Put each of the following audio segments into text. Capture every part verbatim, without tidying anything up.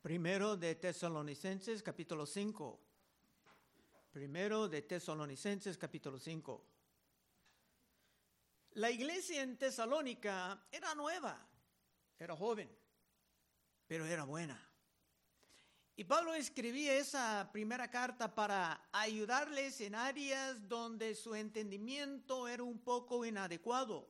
Primero de Tesalonicenses, capítulo cinco. Primero de Tesalonicenses, capítulo cinco. La iglesia en Tesalónica era nueva, era joven, pero era buena. Y Pablo escribía esa primera carta para ayudarles en áreas donde su entendimiento era un poco inadecuado.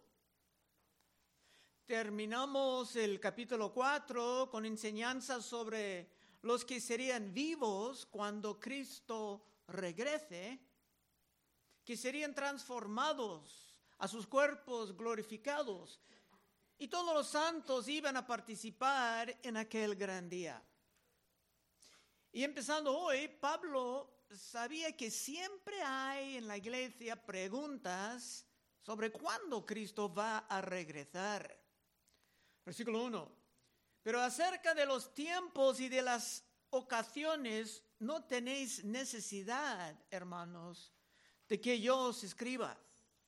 Terminamos el capítulo cuatro con enseñanzas sobre los que serían vivos cuando Cristo regrese, que serían transformados a sus cuerpos glorificados, y todos los santos iban a participar en aquel gran día. Y empezando hoy, Pablo sabía que siempre hay en la iglesia preguntas sobre cuándo Cristo va a regresar. Versículo uno. Pero acerca de los tiempos y de las ocasiones, no tenéis necesidad, hermanos, de que yo os escriba.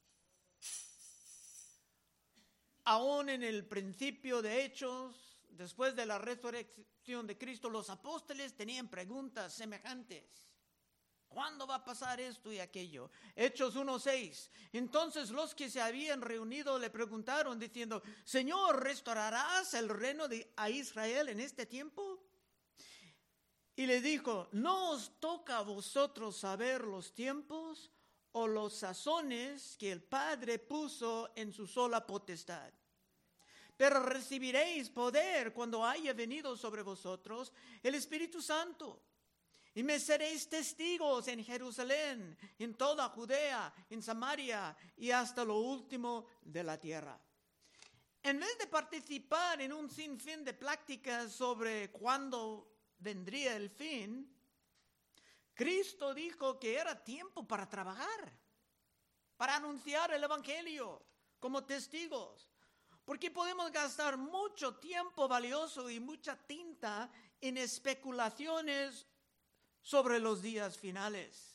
Aún en el principio de Hechos, después de la resurrección de Cristo, los apóstoles tenían preguntas semejantes. ¿Cuándo va a pasar esto y aquello? Hechos uno seis. Entonces los que se habían reunido le preguntaron diciendo, Señor, ¿restaurarás el reino de a Israel en este tiempo? Y le dijo, ¿no os toca a vosotros saber los tiempos o los sazones que el Padre puso en su sola potestad? Pero recibiréis poder cuando haya venido sobre vosotros el Espíritu Santo. Y me seréis testigos en Jerusalén, en toda Judea, en Samaria y hasta lo último de la tierra. En vez de participar en un sinfín de pláticas sobre cuándo vendría el fin, Cristo dijo que era tiempo para trabajar, para anunciar el Evangelio como testigos. Porque podemos gastar mucho tiempo valioso y mucha tinta en especulaciones sobre los días finales.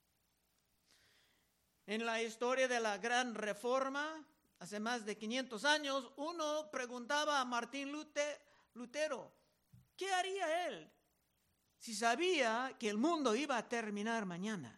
En la historia de la Gran Reforma, hace más de quinientos años, uno preguntaba a Martín Lutero, ¿qué haría él si sabía que el mundo iba a terminar mañana?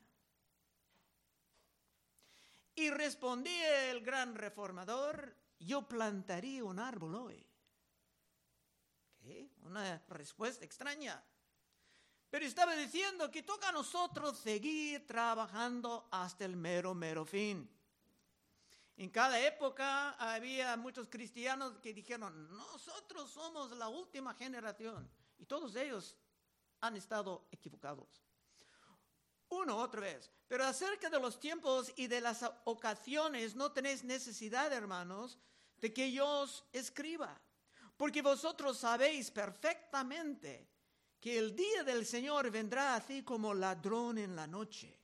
Y respondía el gran reformador, yo plantaría un árbol hoy. ¿Qué? Una respuesta extraña. Pero estaba diciendo que toca a nosotros seguir trabajando hasta el mero, mero fin. En cada época había muchos cristianos que dijeron, nosotros somos la última generación. Y todos ellos han estado equivocados. Uno, otra vez. Pero acerca de los tiempos y de las ocasiones no tenéis necesidad, hermanos, de que yo os escriba. Porque vosotros sabéis perfectamente que el día del Señor vendrá así como ladrón en la noche.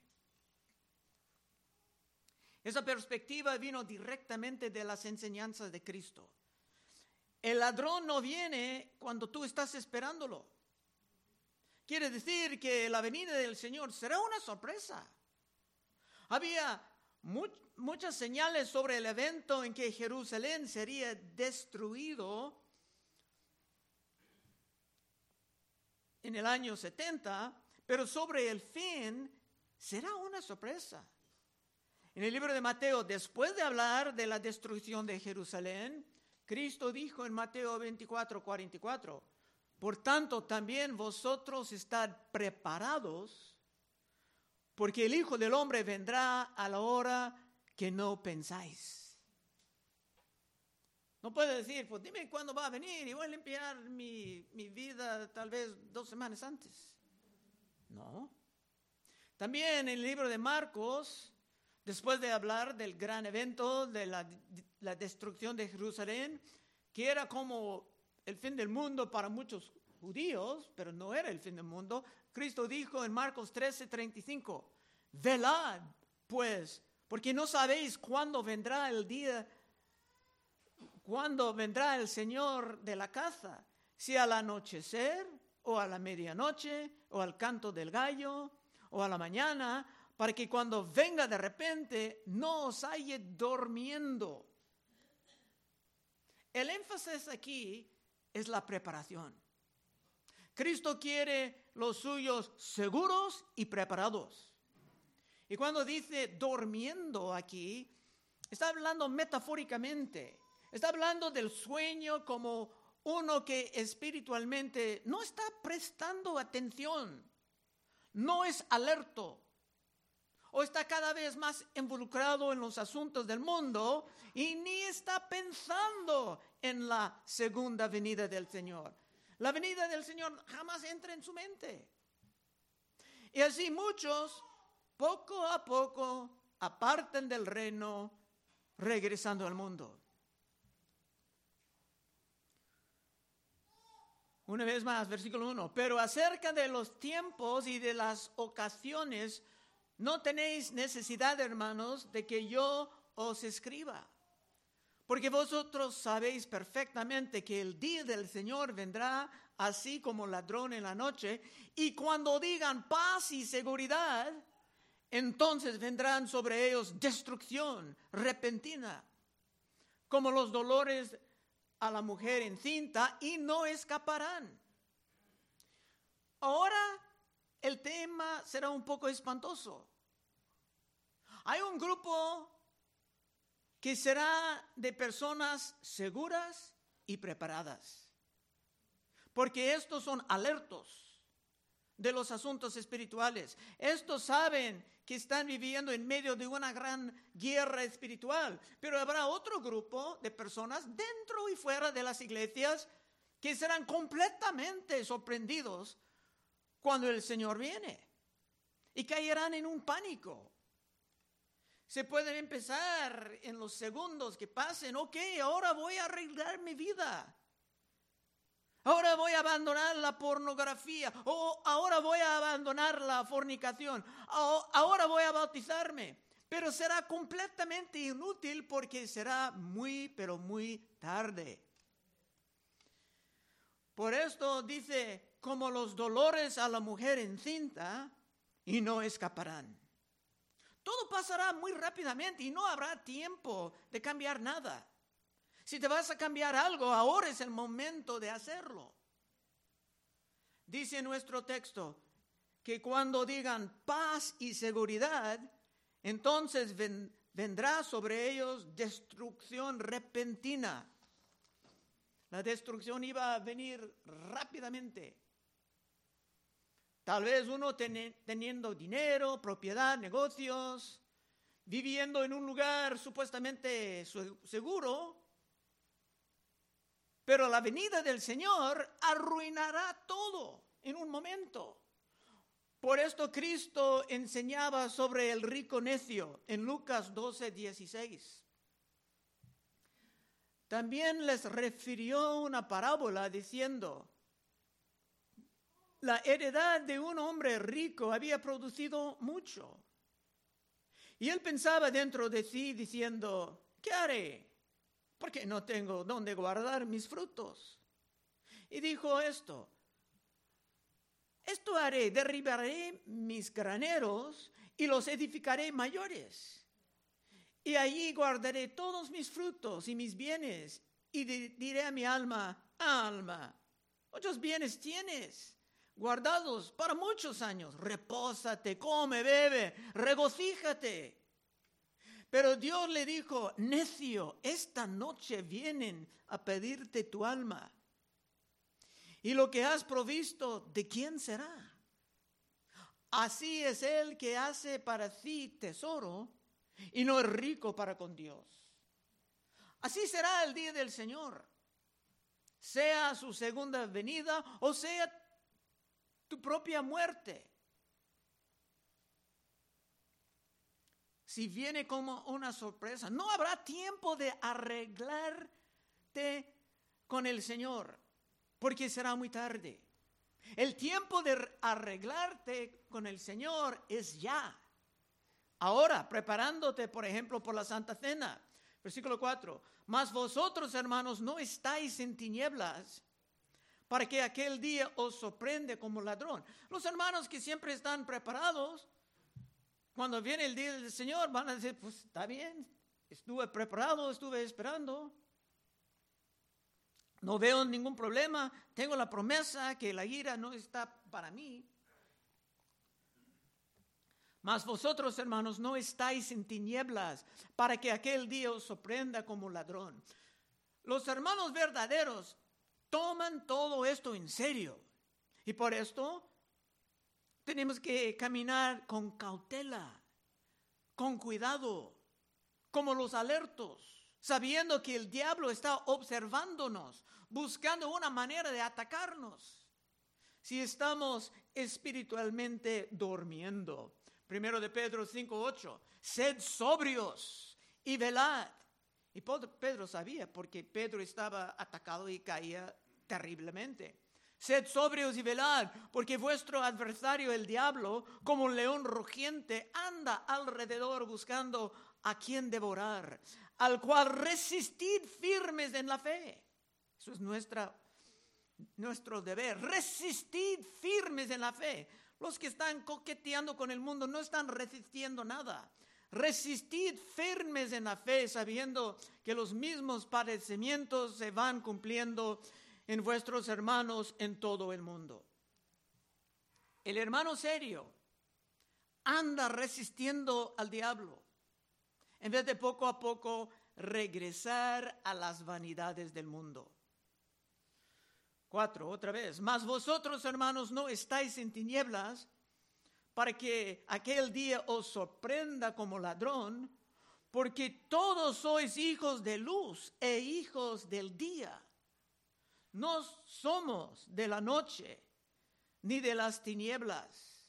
Esa perspectiva vino directamente de las enseñanzas de Cristo. El ladrón no viene cuando tú estás esperándolo. Quiere decir que la venida del Señor será una sorpresa. Había mu- muchas señales sobre el evento en que Jerusalén sería destruido en el año setenta, pero sobre el fin será una sorpresa. En el libro de Mateo, después de hablar de la destrucción de Jerusalén, Cristo dijo en Mateo veinticuatro, cuarenta y cuatro, por tanto también vosotros estad preparados, porque el Hijo del Hombre vendrá a la hora que no pensáis. No puede decir, pues dime cuándo va a venir y voy a limpiar mi, mi vida tal vez dos semanas antes. No. También en el libro de Marcos, después de hablar del gran evento de la, la destrucción de Jerusalén, que era como el fin del mundo para muchos judíos, pero no era el fin del mundo, Cristo dijo en Marcos trece, treinta y cinco, velad pues, porque no sabéis cuándo vendrá el día ¿Cuándo vendrá el Señor de la caza? Si al anochecer, o a la medianoche, o al canto del gallo, o a la mañana, para que cuando venga de repente no os halle durmiendo. El énfasis aquí es la preparación. Cristo quiere los suyos seguros y preparados. Y cuando dice durmiendo aquí, está hablando metafóricamente. Está hablando del sueño como uno que espiritualmente no está prestando atención, no es alerto, o está cada vez más involucrado en los asuntos del mundo y ni está pensando en la segunda venida del Señor. La venida del Señor jamás entra en su mente. Y así muchos, poco a poco, apartan del reino, regresando al mundo. Una vez más, versículo uno. Pero acerca de los tiempos y de las ocasiones, no tenéis necesidad, hermanos, de que yo os escriba. Porque vosotros sabéis perfectamente que el día del Señor vendrá así como ladrón en la noche. Y cuando digan paz y seguridad, entonces vendrán sobre ellos destrucción repentina, como los dolores a la mujer encinta, y no escaparán. Ahora el tema será un poco espantoso. Hay un grupo que será de personas seguras y preparadas, porque estos son alertos de los asuntos espirituales. Estos saben que están viviendo en medio de una gran guerra espiritual, pero habrá otro grupo de personas dentro y fuera de las iglesias que serán completamente sorprendidos cuando el Señor viene y caerán en un pánico. Se pueden empezar en los segundos que pasen. Ok, ahora voy a arreglar mi vida. Ahora voy a abandonar la pornografía. O ahora voy a abandonar la fornicación. O ahora voy a bautizarme. Pero será completamente inútil porque será muy, pero muy tarde. Por esto dice, como los dolores a la mujer encinta, y no escaparán. Todo pasará muy rápidamente y no habrá tiempo de cambiar nada. Si te vas a cambiar algo, ahora es el momento de hacerlo. Dice nuestro texto que cuando digan paz y seguridad, entonces ven, vendrá sobre ellos destrucción repentina. La destrucción iba a venir rápidamente. Tal vez uno ten, teniendo dinero, propiedad, negocios, viviendo en un lugar supuestamente seguro, pero la venida del Señor arruinará todo en un momento. Por esto Cristo enseñaba sobre el rico necio en Lucas doce, dieciséis. También les refirió una parábola diciendo, la heredad de un hombre rico había producido mucho. Y él pensaba dentro de sí diciendo, ¿qué haré? Porque no tengo dónde guardar mis frutos. Y dijo esto, esto haré, derribaré mis graneros y los edificaré mayores. Y allí guardaré todos mis frutos y mis bienes. Y diré a mi alma, alma, muchos bienes tienes guardados para muchos años. Repósate, come, bebe, regocíjate. Pero Dios le dijo, necio, esta noche vienen a pedirte tu alma. Y lo que has provisto, ¿de quién será? Así es el que hace para sí tesoro y no es rico para con Dios. Así será el día del Señor, sea su segunda venida o sea tu propia muerte. Si viene como una sorpresa, no habrá tiempo de arreglarte con el Señor, porque será muy tarde. El tiempo de arreglarte con el Señor es ya. Ahora, preparándote, por ejemplo, por la Santa Cena. Versículo cuatro. Mas vosotros, hermanos, no estáis en tinieblas, para que aquel día os sorprende como ladrón. Los hermanos que siempre están preparados, cuando viene el día del Señor, van a decir, pues está bien, estuve preparado, estuve esperando. No veo ningún problema. Tengo la promesa que la ira no está para mí. Mas vosotros, hermanos, no estáis en tinieblas para que aquel día os sorprenda como ladrón. Los hermanos verdaderos toman todo esto en serio. Y por esto tenemos que caminar con cautela, con cuidado, como los alertos, sabiendo que el diablo está observándonos, buscando una manera de atacarnos. Si estamos espiritualmente durmiendo. Primero de Pedro cinco ocho, sed sobrios y velad. Y Pedro sabía porque Pedro estaba atacado y caía terriblemente. Sed sobrios y velad, porque vuestro adversario el diablo, como un león rugiente, anda alrededor buscando a quien devorar, al cual resistid firmes en la fe. Eso es nuestra, nuestro deber. Resistid firmes en la fe. Los que están coqueteando con el mundo no están resistiendo nada. Resistid firmes en la fe, sabiendo que los mismos padecimientos se van cumpliendo en vuestros hermanos en todo el mundo. El hermano serio anda resistiendo al diablo, en vez de poco a poco regresar a las vanidades del mundo. Cuatro, otra vez. Mas vosotros, hermanos, no estáis en tinieblas para que aquel día os sorprenda como ladrón, porque todos sois hijos de luz e hijos del día. No somos de la noche ni de las tinieblas.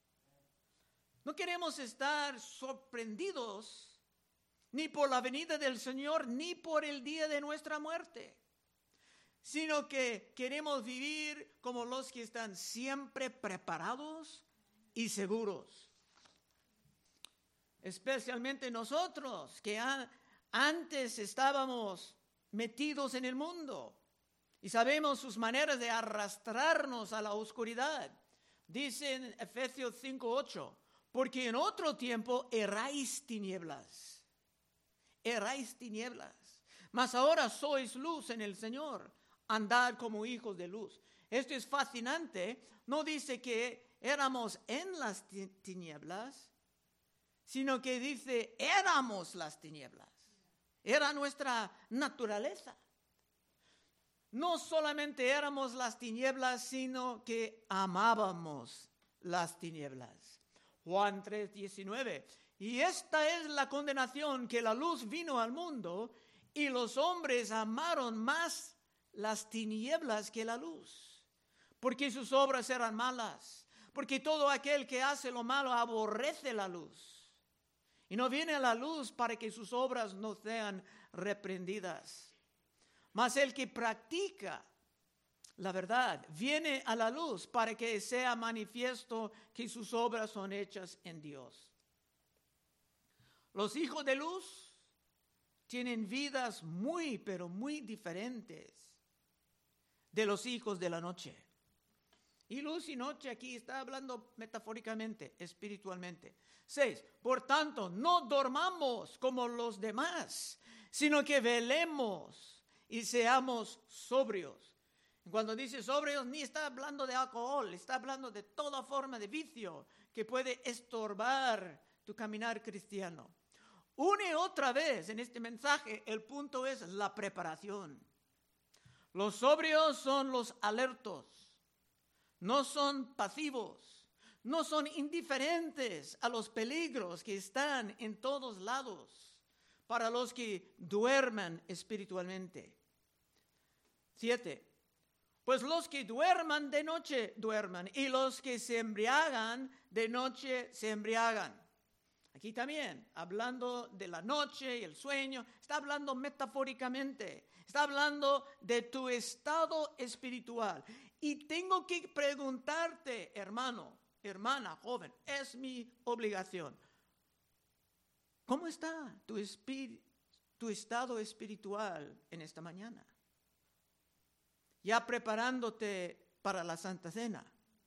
No queremos estar sorprendidos ni por la venida del Señor ni por el día de nuestra muerte, sino que queremos vivir como los que están siempre preparados y seguros. Especialmente nosotros, que a, antes estábamos metidos en el mundo y sabemos sus maneras de arrastrarnos a la oscuridad. Dice en Efesios cinco ocho, porque en otro tiempo erais tinieblas, erais tinieblas, mas ahora sois luz en el Señor. Andar como hijos de luz. Esto es fascinante. No dice que éramos en las tinieblas, sino que dice éramos las tinieblas. Era nuestra naturaleza. No solamente éramos las tinieblas, sino que amábamos las tinieblas. Juan tres diecinueve. Y esta es la condenación, que la luz vino al mundo y los hombres amaron más las tinieblas que la luz, porque sus obras eran malas, porque todo aquel que hace lo malo aborrece la luz y no viene a la luz para que sus obras no sean reprendidas. Mas el que practica la verdad viene a la luz para que sea manifiesto que sus obras son hechas en Dios. Los hijos de luz tienen vidas muy, pero muy diferentes de los hijos de la noche. Y luz y noche aquí está hablando metafóricamente, espiritualmente. Seis, por tanto, no dormamos como los demás, sino que velemos y seamos sobrios. Cuando dice sobrios, ni está hablando de alcohol, está hablando de toda forma de vicio que puede estorbar tu caminar cristiano. Una y otra vez en este mensaje, el punto es la preparación. Los sobrios son los alertos, no son pasivos, no son indiferentes a los peligros que están en todos lados para los que duerman espiritualmente. Siete, pues los que duerman de noche duerman y los que se embriagan de noche se embriagan. Aquí también, hablando de la noche y el sueño, está hablando metafóricamente. Está hablando de tu estado espiritual. Y tengo que preguntarte, hermano, hermana, joven, es mi obligación. ¿Cómo está tu, espíritu, tu estado espiritual en esta mañana? Ya preparándote para la Santa Cena.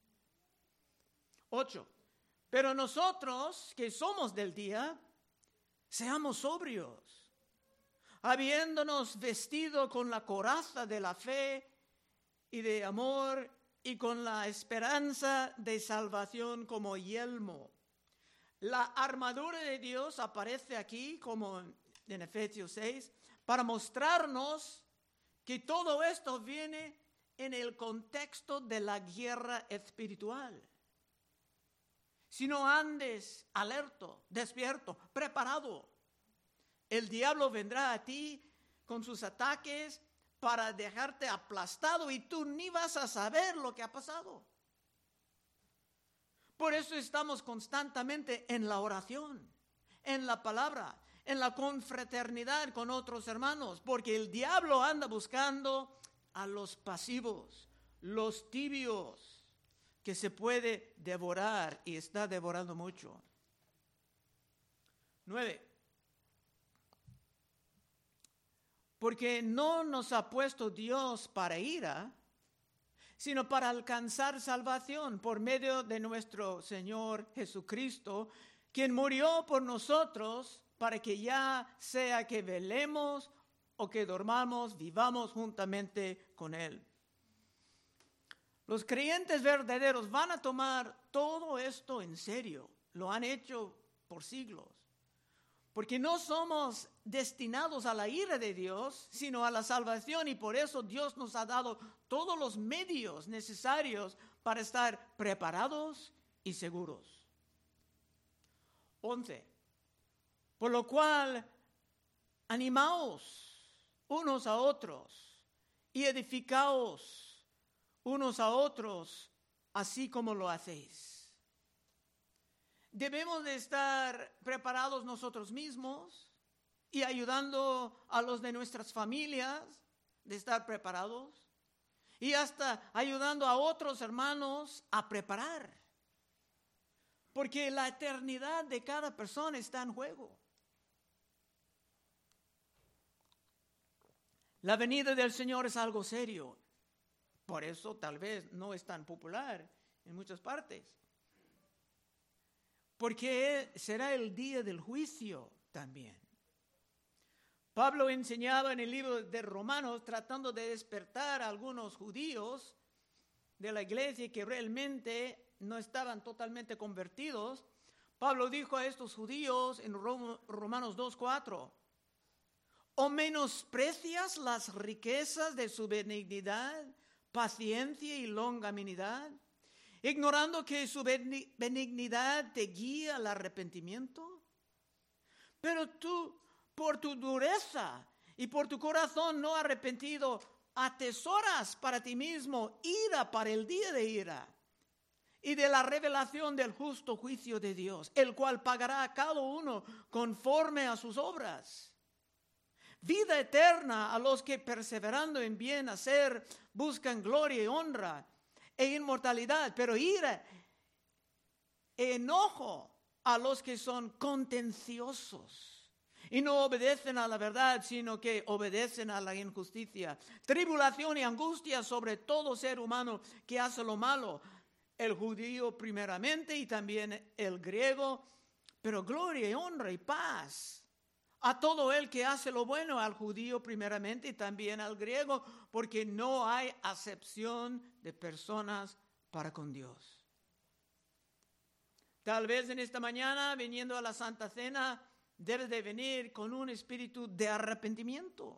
Ocho. Pero nosotros que somos del día, seamos sobrios, habiéndonos vestido con la coraza de la fe y de amor y con la esperanza de salvación como yelmo. La armadura de Dios aparece aquí, como en Efesios seis, para mostrarnos que todo esto viene en el contexto de la guerra espiritual. Si no andes alerto, despierto, preparado, el diablo vendrá a ti con sus ataques para dejarte aplastado y tú ni vas a saber lo que ha pasado. Por eso estamos constantemente en la oración, en la palabra, en la confraternidad con otros hermanos, porque el diablo anda buscando a los pasivos, los tibios, que se puede devorar y está devorando mucho. Nueve. Porque no nos ha puesto Dios para ira, sino para alcanzar salvación por medio de nuestro Señor Jesucristo, quien murió por nosotros para que ya sea que velemos o que dormamos, vivamos juntamente con Él. Los creyentes verdaderos van a tomar todo esto en serio. Lo han hecho por siglos. Porque no somos destinados a la ira de Dios, sino a la salvación. Y por eso Dios nos ha dado todos los medios necesarios para estar preparados y seguros. Once. Por lo cual, animaos unos a otros y edificaos unos a otros, así como lo hacéis. Debemos de estar preparados nosotros mismos y ayudando a los de nuestras familias de estar preparados y hasta ayudando a otros hermanos a preparar. Porque la eternidad de cada persona está en juego. La venida del Señor es algo serio. Por eso tal vez no es tan popular en muchas partes. Porque será el día del juicio también. Pablo enseñaba en el libro de Romanos, tratando de despertar a algunos judíos de la iglesia que realmente no estaban totalmente convertidos. Pablo dijo a estos judíos en Romanos dos cuatro, ¿o menosprecias las riquezas de su benignidad, paciencia y longanimidad, ignorando que su benignidad te guía al arrepentimiento? Pero tú, por tu dureza y por tu corazón no arrepentido, atesoras para ti mismo ira para el día de ira y de la revelación del justo juicio de Dios, el cual pagará a cada uno conforme a sus obras. Vida eterna a los que perseverando en bien hacer buscan gloria y honra e inmortalidad, pero ira e enojo a los que son contenciosos y no obedecen a la verdad, sino que obedecen a la injusticia. Tribulación y angustia sobre todo ser humano que hace lo malo, el judío primeramente y también el griego, pero gloria y honra y paz a todo el que hace lo bueno, al judío primeramente y también al griego, porque no hay acepción de personas para con Dios. Tal vez en esta mañana, viniendo a la Santa Cena, debes de venir con un espíritu de arrepentimiento.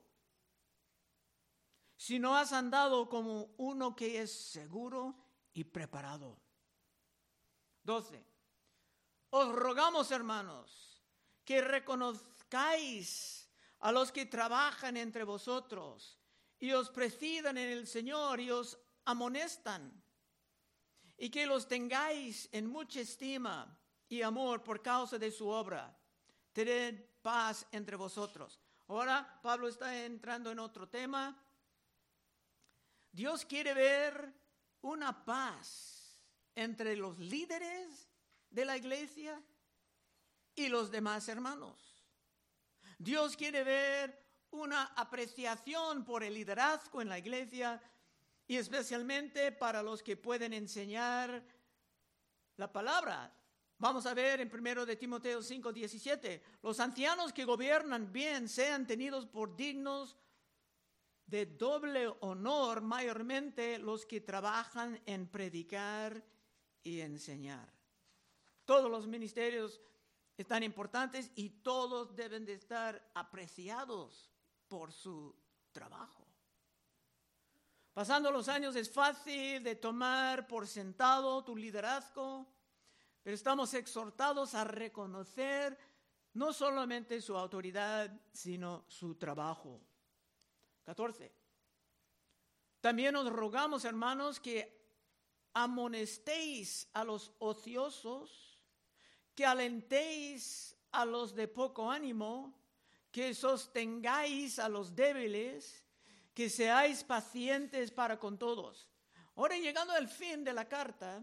Si no has andado como uno que es seguro y preparado. doce. Os rogamos, hermanos, que reconozcáis a los que trabajan entre vosotros y os presidan en el Señor y os amonestan, y que los tengáis en mucha estima y amor por causa de su obra. Tened paz entre vosotros. Ahora Pablo está entrando en otro tema. Dios quiere ver una paz entre los líderes de la iglesia y los demás hermanos. Dios quiere ver una apreciación por el liderazgo en la iglesia y especialmente para los que pueden enseñar la palabra Vamos a ver en primero de Timoteo cinco, diecisiete. Los ancianos que gobiernan bien sean tenidos por dignos de doble honor, mayormente los que trabajan en predicar y enseñar. Todos los ministerios están importantes y todos deben de estar apreciados por su trabajo. Pasando los años es fácil de tomar por sentado tu liderazgo, pero estamos exhortados a reconocer no solamente su autoridad, sino su trabajo. catorce. También os rogamos, hermanos, que amonestéis a los ociosos, que alentéis a los de poco ánimo, que sostengáis a los débiles, que seáis pacientes para con todos. Ahora, llegando al fin de la carta,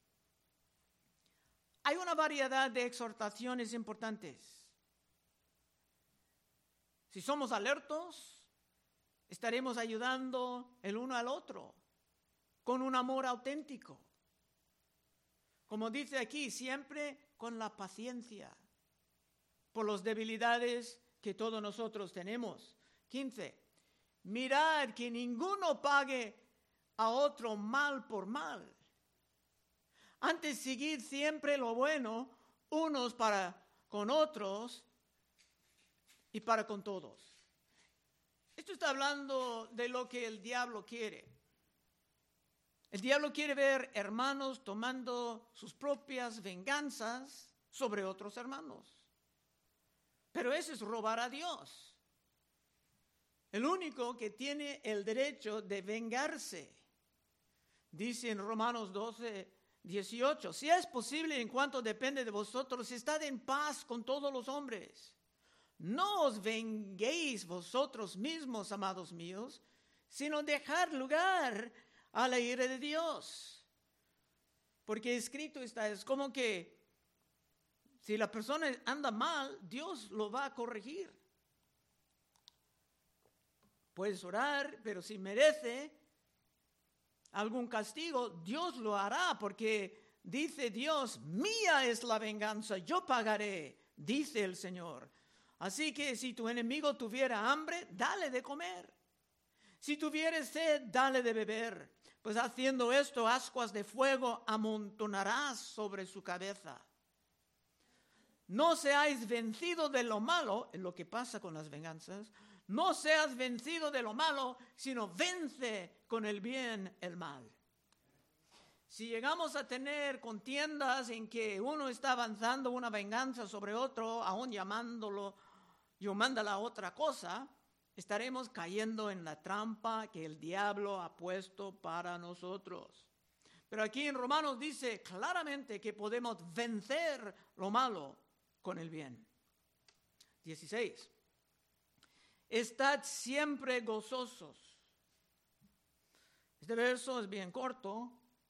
hay una variedad de exhortaciones importantes. Si somos alertos, estaremos ayudando el uno al otro con un amor auténtico. Como dice aquí, siempre con la paciencia por las debilidades que todos nosotros tenemos. quince. Mirad que ninguno pague a otro mal por mal. Antes seguid siempre lo bueno, unos para con otros y para con todos. Esto está hablando de lo que el diablo quiere. El diablo quiere ver hermanos tomando sus propias venganzas sobre otros hermanos. Pero eso es robar a Dios. El único que tiene el derecho de vengarse. Dice en Romanos doce, dieciocho, si es posible en cuanto depende de vosotros, estad en paz con todos los hombres. No os venguéis vosotros mismos, amados míos, sino dejad lugar a la ira de Dios. Porque escrito está, es como que si la persona anda mal, Dios lo va a corregir. Puedes orar, pero si merece algún castigo, Dios lo hará, porque dice Dios, mía es la venganza, yo pagaré, dice el Señor. Así que si tu enemigo tuviera hambre, dale de comer. Si tuviera sed, dale de beber. Pues haciendo esto, ascuas de fuego amontonarás sobre su cabeza. No seáis vencidos de lo malo, es lo que pasa con las venganzas. No seas vencido de lo malo, sino vence con el bien el mal. Si llegamos a tener contiendas en que uno está avanzando una venganza sobre otro, aún llamándolo, llamándola a otra cosa, estaremos cayendo en la trampa que el diablo ha puesto para nosotros. Pero aquí en Romanos dice claramente que podemos vencer lo malo con el bien. dieciséis. Estad siempre gozosos. Este verso es bien corto,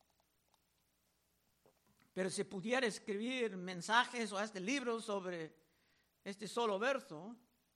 pero si pudiera escribir mensajes o hasta libros sobre este solo verso,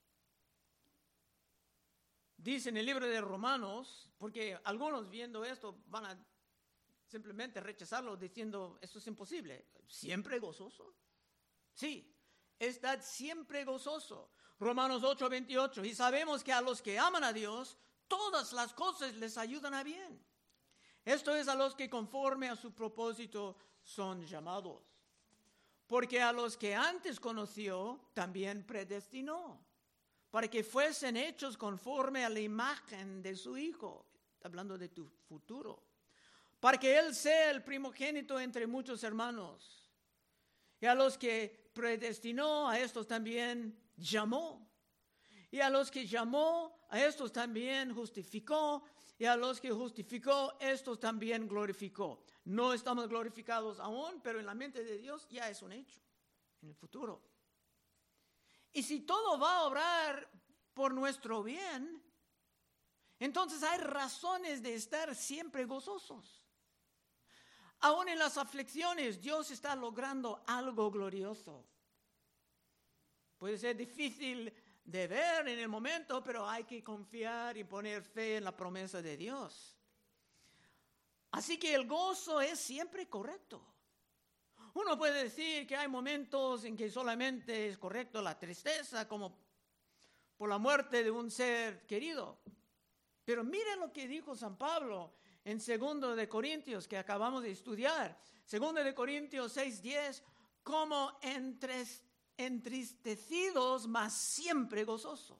dice en el libro de Romanos, porque algunos viendo esto van a simplemente rechazarlo diciendo, esto es imposible. ¿Siempre gozoso? Sí, estad siempre gozoso. Romanos ocho, veintiocho, y sabemos que a los que aman a Dios, todas las cosas les ayudan a bien. Esto es a los que conforme a su propósito son llamados. Porque a los que antes conoció, también predestinó, para que fuesen hechos conforme a la imagen de su Hijo, hablando de tu futuro, para que Él sea el primogénito entre muchos hermanos. Y a los que predestinó, a estos también llamó. Y a los que llamó, a estos también justificó. Y a los que justificó, estos también glorificó. No estamos glorificados aún, pero en la mente de Dios ya es un hecho en el futuro. Y si todo va a obrar por nuestro bien, entonces hay razones de estar siempre gozosos. Aún en las aflicciones, Dios está logrando algo glorioso. Puede ser difícil de ver en el momento, pero hay que confiar y poner fe en la promesa de Dios. Así que el gozo es siempre correcto. Uno puede decir que hay momentos en que solamente es correcto la tristeza, como por la muerte de un ser querido. Pero miren lo que dijo San Pablo en segundo de Corintios, que acabamos de estudiar. segundo de Corintios seis diez, como entres, entristecidos, mas siempre gozosos.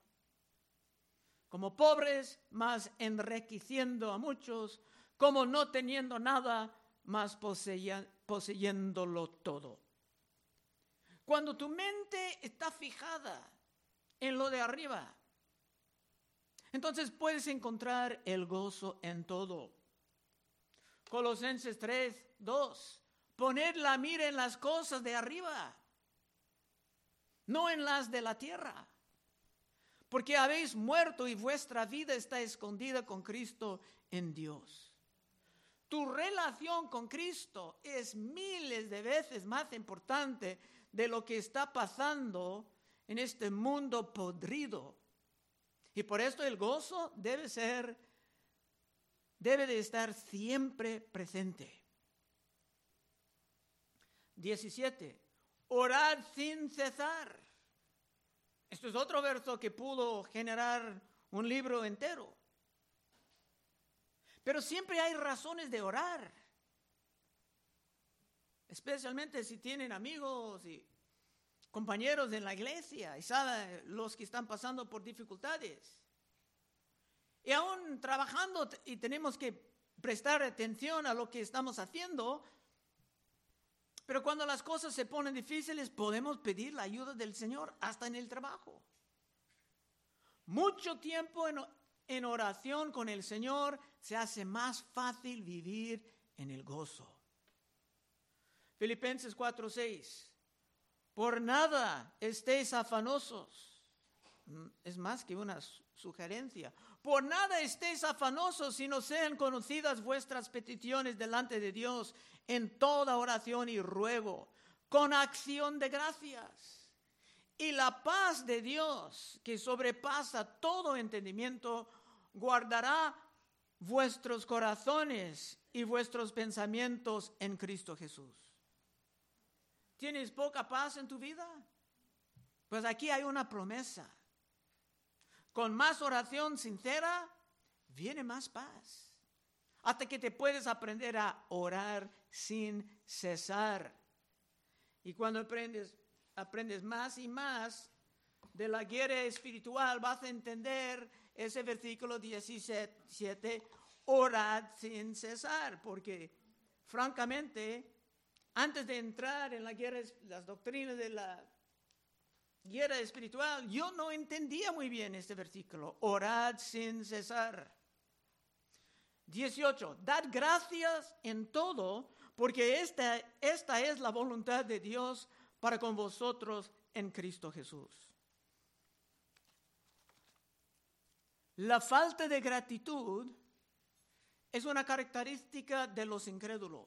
Como pobres, mas enriqueciendo a muchos. Como no teniendo nada, mas poseyendo poseyéndolo todo. Cuando tu mente está fijada en lo de arriba, entonces puedes encontrar el gozo en todo. Colosenses tres dos, poned la mira en las cosas de arriba, no en las de la tierra, porque habéis muerto y vuestra vida está escondida con Cristo en Dios. Tu relación con Cristo es miles de veces más importante de lo que está pasando en este mundo podrido. Y por esto el gozo debe ser, debe de estar siempre presente. diecisiete. Orad sin cesar. Esto es otro verso que pudo generar un libro entero. Pero siempre hay razones de orar, especialmente si tienen amigos y compañeros en la iglesia y saben los que están pasando por dificultades. Y aún trabajando y tenemos que prestar atención a lo que estamos haciendo, pero cuando las cosas se ponen difíciles podemos pedir la ayuda del Señor hasta en el trabajo. Mucho tiempo en En oración con el Señor se hace más fácil vivir en el gozo. Filipenses cuatro seis. Por nada estéis afanosos. Es más que una sugerencia. Por nada estéis afanosos, sino sean conocidas vuestras peticiones delante de Dios en toda oración y ruego, con acción de gracias. Y la paz de Dios, que sobrepasa todo entendimiento, guardará vuestros corazones y vuestros pensamientos en Cristo Jesús. ¿Tienes poca paz en tu vida? Pues aquí hay una promesa. Con más oración sincera, viene más paz. Hasta que te puedes aprender a orar sin cesar. Y cuando aprendes aprendes más y más de la guerra espiritual, vas a entender ese versículo diecisiete, orad sin cesar, porque francamente, antes de entrar en la guerra, las doctrinas de la guerra espiritual, yo no entendía muy bien este versículo, orad sin cesar. dieciocho, dad gracias en todo, porque esta, esta es la voluntad de Dios para con vosotros en Cristo Jesús. La falta de gratitud es una característica de los incrédulos.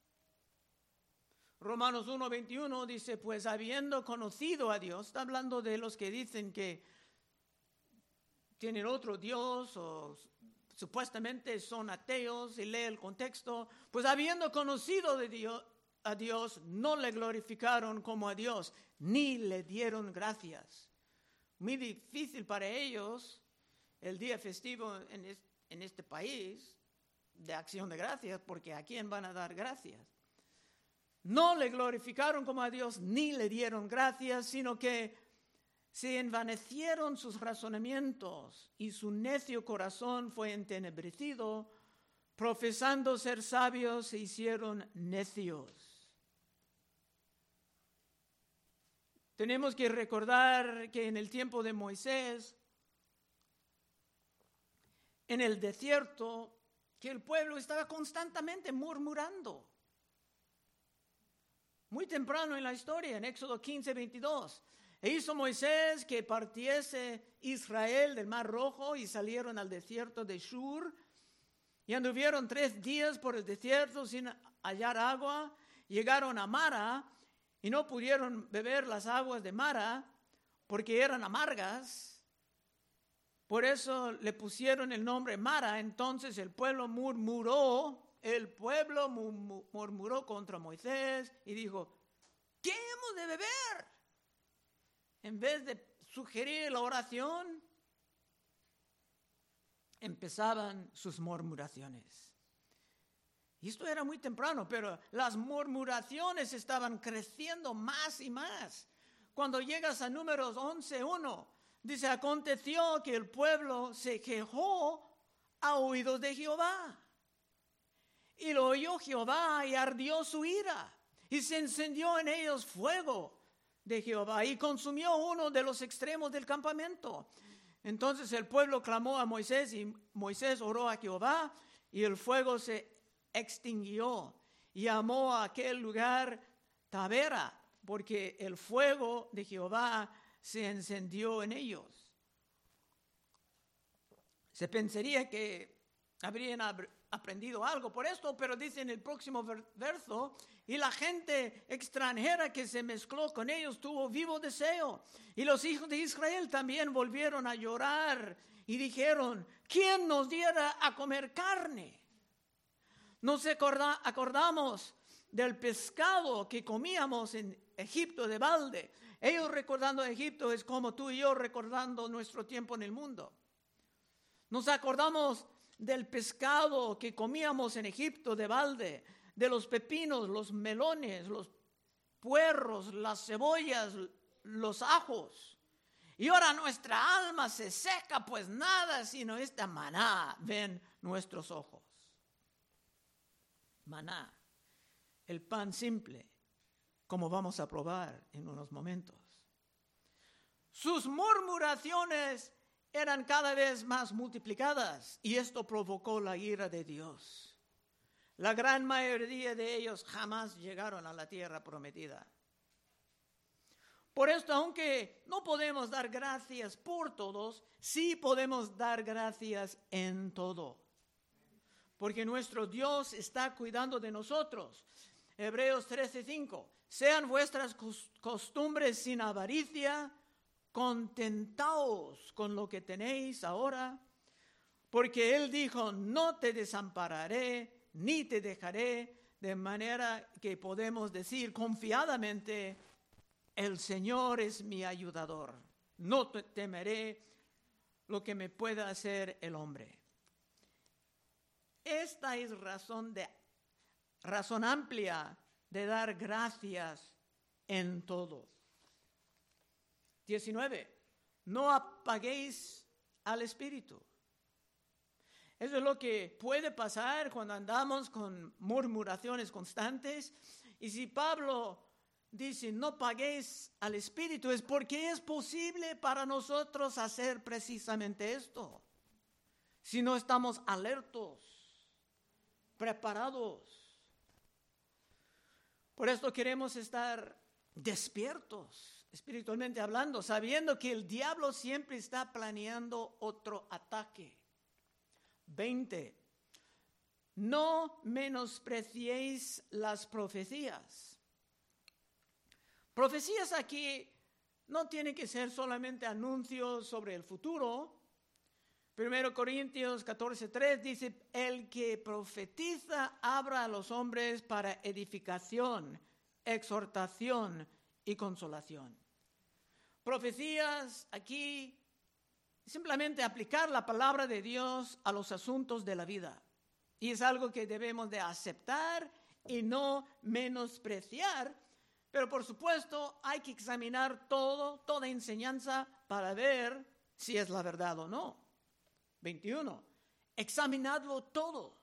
Romanos uno veintiuno dice, pues habiendo conocido a Dios, está hablando de los que dicen que tienen otro Dios o supuestamente son ateos y lee el contexto, pues habiendo conocido de Dios, a Dios, no le glorificaron como a Dios, ni le dieron gracias. Muy difícil para ellos el día festivo en, es, en este país de acción de gracias, porque ¿a quién van a dar gracias? No le glorificaron como a Dios, ni le dieron gracias, sino que se envanecieron sus razonamientos y su necio corazón fue entenebrecido, profesando ser sabios se hicieron necios. Tenemos que recordar que en el tiempo de Moisés, en el desierto, que el pueblo estaba constantemente murmurando. Muy temprano en la historia, en Éxodo quince veintidós, e hizo Moisés que partiese Israel del Mar Rojo y salieron al desierto de Shur y anduvieron tres días por el desierto sin hallar agua. Llegaron a Mara y no pudieron beber las aguas de Mara porque eran amargas. Por eso le pusieron el nombre Mara. Entonces el pueblo murmuró el pueblo murmuró contra Moisés y dijo, ¿qué hemos de beber? En vez de sugerir la oración, empezaban sus murmuraciones. Y esto era muy temprano, pero las murmuraciones estaban creciendo más y más. Cuando llegas a Números once uno, dice, aconteció que el pueblo se quejó a oídos de Jehová. Y lo oyó Jehová y ardió su ira. Y se encendió en ellos fuego de Jehová y consumió uno de los extremos del campamento. Entonces el pueblo clamó a Moisés y Moisés oró a Jehová y el fuego se extinguió. Y llamó a aquel lugar Tabera, porque el fuego de Jehová se encendió en ellos. Se pensaría que habrían aprendido algo por esto, pero dice en el próximo verso, y la gente extranjera que se mezcló con ellos tuvo vivo deseo. Y los hijos de Israel también volvieron a llorar y dijeron, ¿quién nos diera a comer carne? Nos acorda- acordamos del pescado que comíamos en Egipto de balde. Ellos recordando a Egipto es como tú y yo recordando nuestro tiempo en el mundo. Nos acordamos del pescado que comíamos en Egipto de balde, de los pepinos, los melones, los puerros, las cebollas, los ajos. Y ahora nuestra alma se seca, pues nada sino esta maná ven nuestros ojos. Maná, el pan simple, como vamos a probar en unos momentos. Sus murmuraciones eran cada vez más multiplicadas y esto provocó la ira de Dios. La gran mayoría de ellos jamás llegaron a la tierra prometida. Por esto, aunque no podemos dar gracias por todos, sí podemos dar gracias en todo. Porque nuestro Dios está cuidando de nosotros. Hebreos trece cinco. Sean vuestras costumbres sin avaricia, contentaos con lo que tenéis ahora, porque Él dijo, no te desampararé, ni te dejaré, de manera que podemos decir confiadamente, el Señor es mi ayudador, no temeré lo que me pueda hacer el hombre. Esta es razón, de, razón amplia de dar gracias en todo. diecinueve. No apaguéis al espíritu. Eso es lo que puede pasar cuando andamos con murmuraciones constantes. Y si Pablo dice no apaguéis al espíritu, es porque es posible para nosotros hacer precisamente esto. Si no estamos alertos, preparados. Por esto queremos estar despiertos, espiritualmente hablando, sabiendo que el diablo siempre está planeando otro ataque. veinte. No menospreciéis las profecías. Profecías aquí no tienen que ser solamente anuncios sobre el futuro. Primero Corintios catorce tres dice, el que profetiza habla a los hombres para edificación, exhortación y consolación. Profecías aquí, simplemente aplicar la palabra de Dios a los asuntos de la vida. Y es algo que debemos de aceptar y no menospreciar. Pero por supuesto hay que examinar todo, toda enseñanza para ver si es la verdad o no. veintiuno. Examinadlo todo.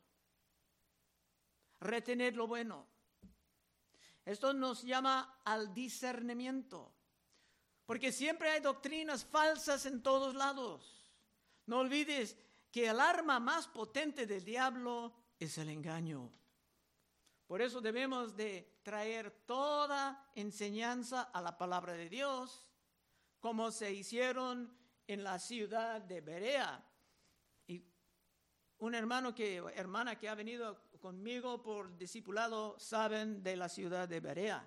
Retened lo bueno. Esto nos llama al discernimiento. Porque siempre hay doctrinas falsas en todos lados. No olvides que el arma más potente del diablo es el engaño. Por eso debemos de traer toda enseñanza a la palabra de Dios, como se hicieron en la ciudad de Berea. Y un hermano que, hermana que ha venido conmigo por discipulado saben de la ciudad de Berea.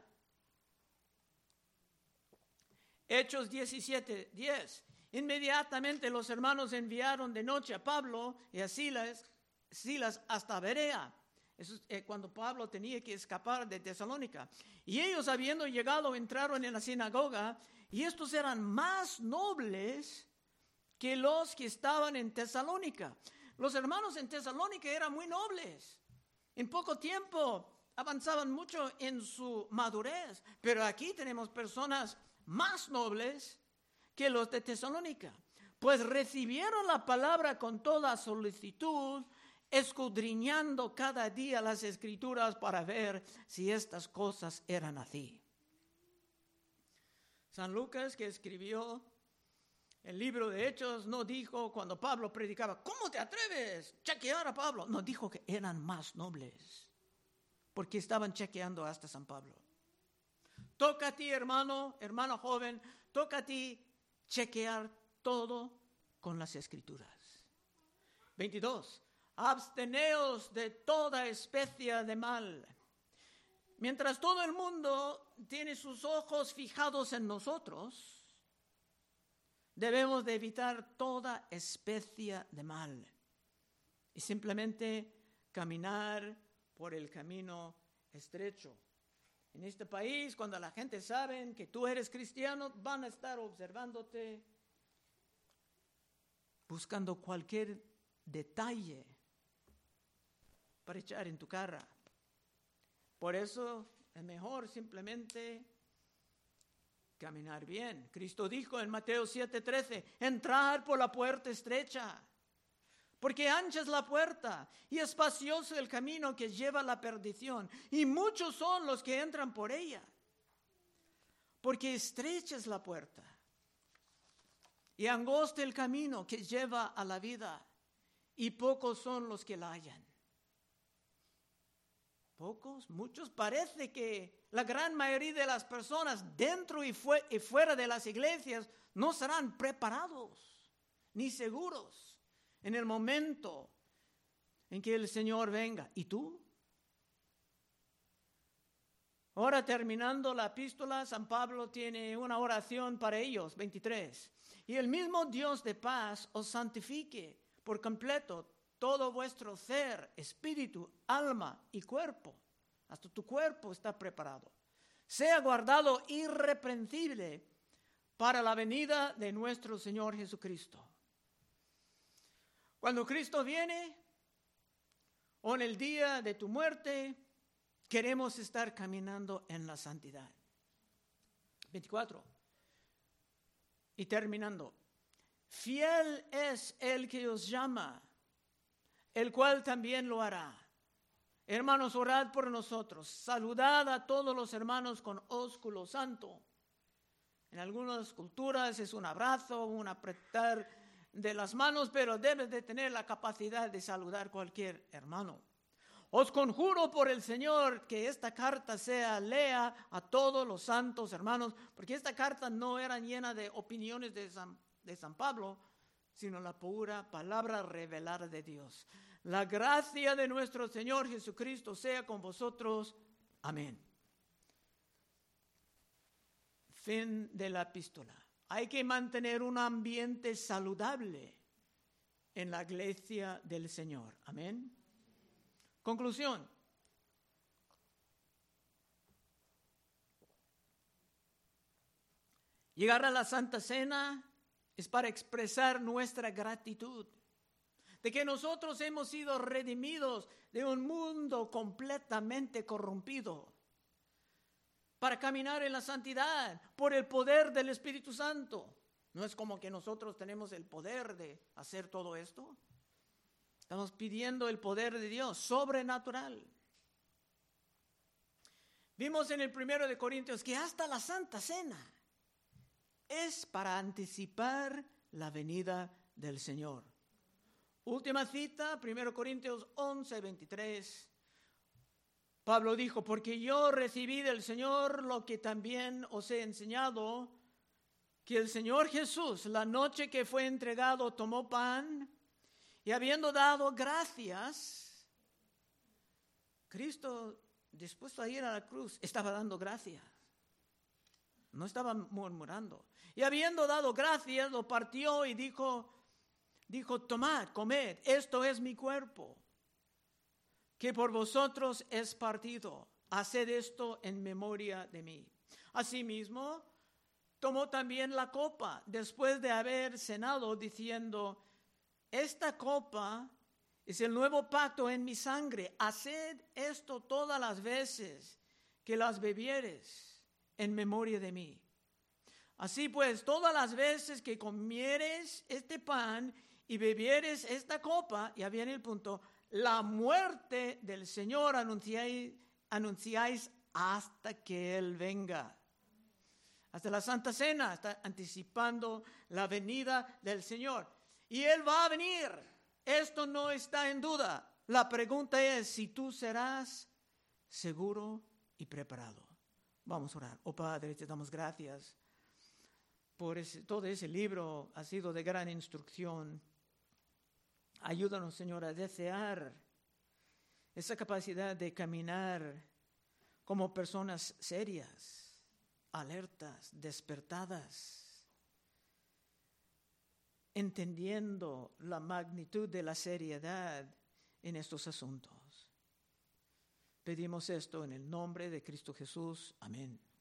Hechos diecisiete diez. Inmediatamente los hermanos enviaron de noche a Pablo y a Silas, Silas hasta Berea. Eso es eh, cuando Pablo tenía que escapar de Tesalónica. Y ellos, habiendo llegado, entraron en la sinagoga, y estos eran más nobles que los que estaban en Tesalónica. Los hermanos en Tesalónica eran muy nobles. En poco tiempo avanzaban mucho en su madurez, pero aquí tenemos personas más nobles que los de Tesalónica, pues recibieron la palabra con toda solicitud, escudriñando cada día las Escrituras para ver si estas cosas eran así. San Lucas, que escribió el libro de Hechos, no dijo cuando Pablo predicaba, ¿cómo te atreves a chequear a Pablo? No, dijo que eran más nobles, porque estaban chequeando hasta San Pablo. Toca a ti, hermano, hermano joven, toca a ti chequear todo con las Escrituras. veintidós. Absteneos de toda especie de mal. Mientras todo el mundo tiene sus ojos fijados en nosotros, debemos de evitar toda especie de mal y simplemente caminar por el camino estrecho. En este país, cuando la gente sabe que tú eres cristiano, van a estar observándote, buscando cualquier detalle para echar en tu cara. Por eso es mejor simplemente caminar bien. Cristo dijo en Mateo siete trece, entrar por la puerta estrecha, porque ancha es la puerta y espacioso el camino que lleva a la perdición, y muchos son los que entran por ella. Porque estrecha es la puerta y angosto el camino que lleva a la vida, y pocos son los que la hallan. Pocos, muchos. Parece que la gran mayoría de las personas dentro y, fue, y fuera de las iglesias no serán preparados ni seguros en el momento en que el Señor venga. ¿Y tú? Ahora, terminando la epístola, San Pablo tiene una oración para ellos, veintitrés. Y el mismo Dios de paz os santifique por completo todo vuestro ser, espíritu, alma y cuerpo. Hasta tu cuerpo está preparado. Sea guardado irreprensible para la venida de nuestro Señor Jesucristo. Cuando Cristo viene, o en el día de tu muerte, queremos estar caminando en la santidad. veinticuatro. Y terminando. Fiel es el que os llama, el cual también lo hará. Hermanos, orad por nosotros. Saludad a todos los hermanos con ósculo santo. En algunas culturas es un abrazo, un apretar de las manos, pero debes de tener la capacidad de saludar cualquier hermano. Os conjuro por el Señor que esta carta sea lea a todos los santos hermanos, porque esta carta no era llena de opiniones de San, de San Pablo, sino la pura palabra revelada de Dios. La gracia de nuestro Señor Jesucristo sea con vosotros. Amén. Fin de la epístola. Hay que mantener un ambiente saludable en la iglesia del Señor. Amén. Conclusión. Llegar a la Santa Cena es para expresar nuestra gratitud de que nosotros hemos sido redimidos de un mundo completamente corrompido para caminar en la santidad por el poder del Espíritu Santo. No es como que nosotros tenemos el poder de hacer todo esto. Estamos pidiendo el poder de Dios sobrenatural. Vimos en el primero de Corintios que hasta la Santa Cena es para anticipar la venida del Señor. Última cita, primero Corintios once, veintitrés. Pablo dijo, porque yo recibí del Señor lo que también os he enseñado, que el Señor Jesús, la noche que fue entregado, tomó pan y habiendo dado gracias, Cristo, dispuesto a ir a la cruz, estaba dando gracias. No estaba murmurando. Y habiendo dado gracias, lo partió y dijo, dijo, tomad, comed, esto es mi cuerpo. que por vosotros es partido. Haced esto en memoria de mí. Asimismo, tomó también la copa después de haber cenado, diciendo: esta copa es el nuevo pacto en mi sangre. Haced esto todas las veces que las bebieres en memoria de mí. Así pues, todas las veces que comieres este pan y bebieres esta copa, ya viene el punto, la muerte del Señor anunciáis, anunciáis hasta que Él venga. Hasta la Santa Cena está anticipando la venida del Señor. Y Él va a venir. Esto no está en duda. La pregunta es si tú serás seguro y preparado. Vamos a orar. Oh Padre, te damos gracias por ese, todo ese libro. Ha sido de gran instrucción. Ayúdanos, Señor, a desear esa capacidad de caminar como personas serias, alertas, despertadas, entendiendo la magnitud de la seriedad en estos asuntos. Pedimos esto en el nombre de Cristo Jesús. Amén.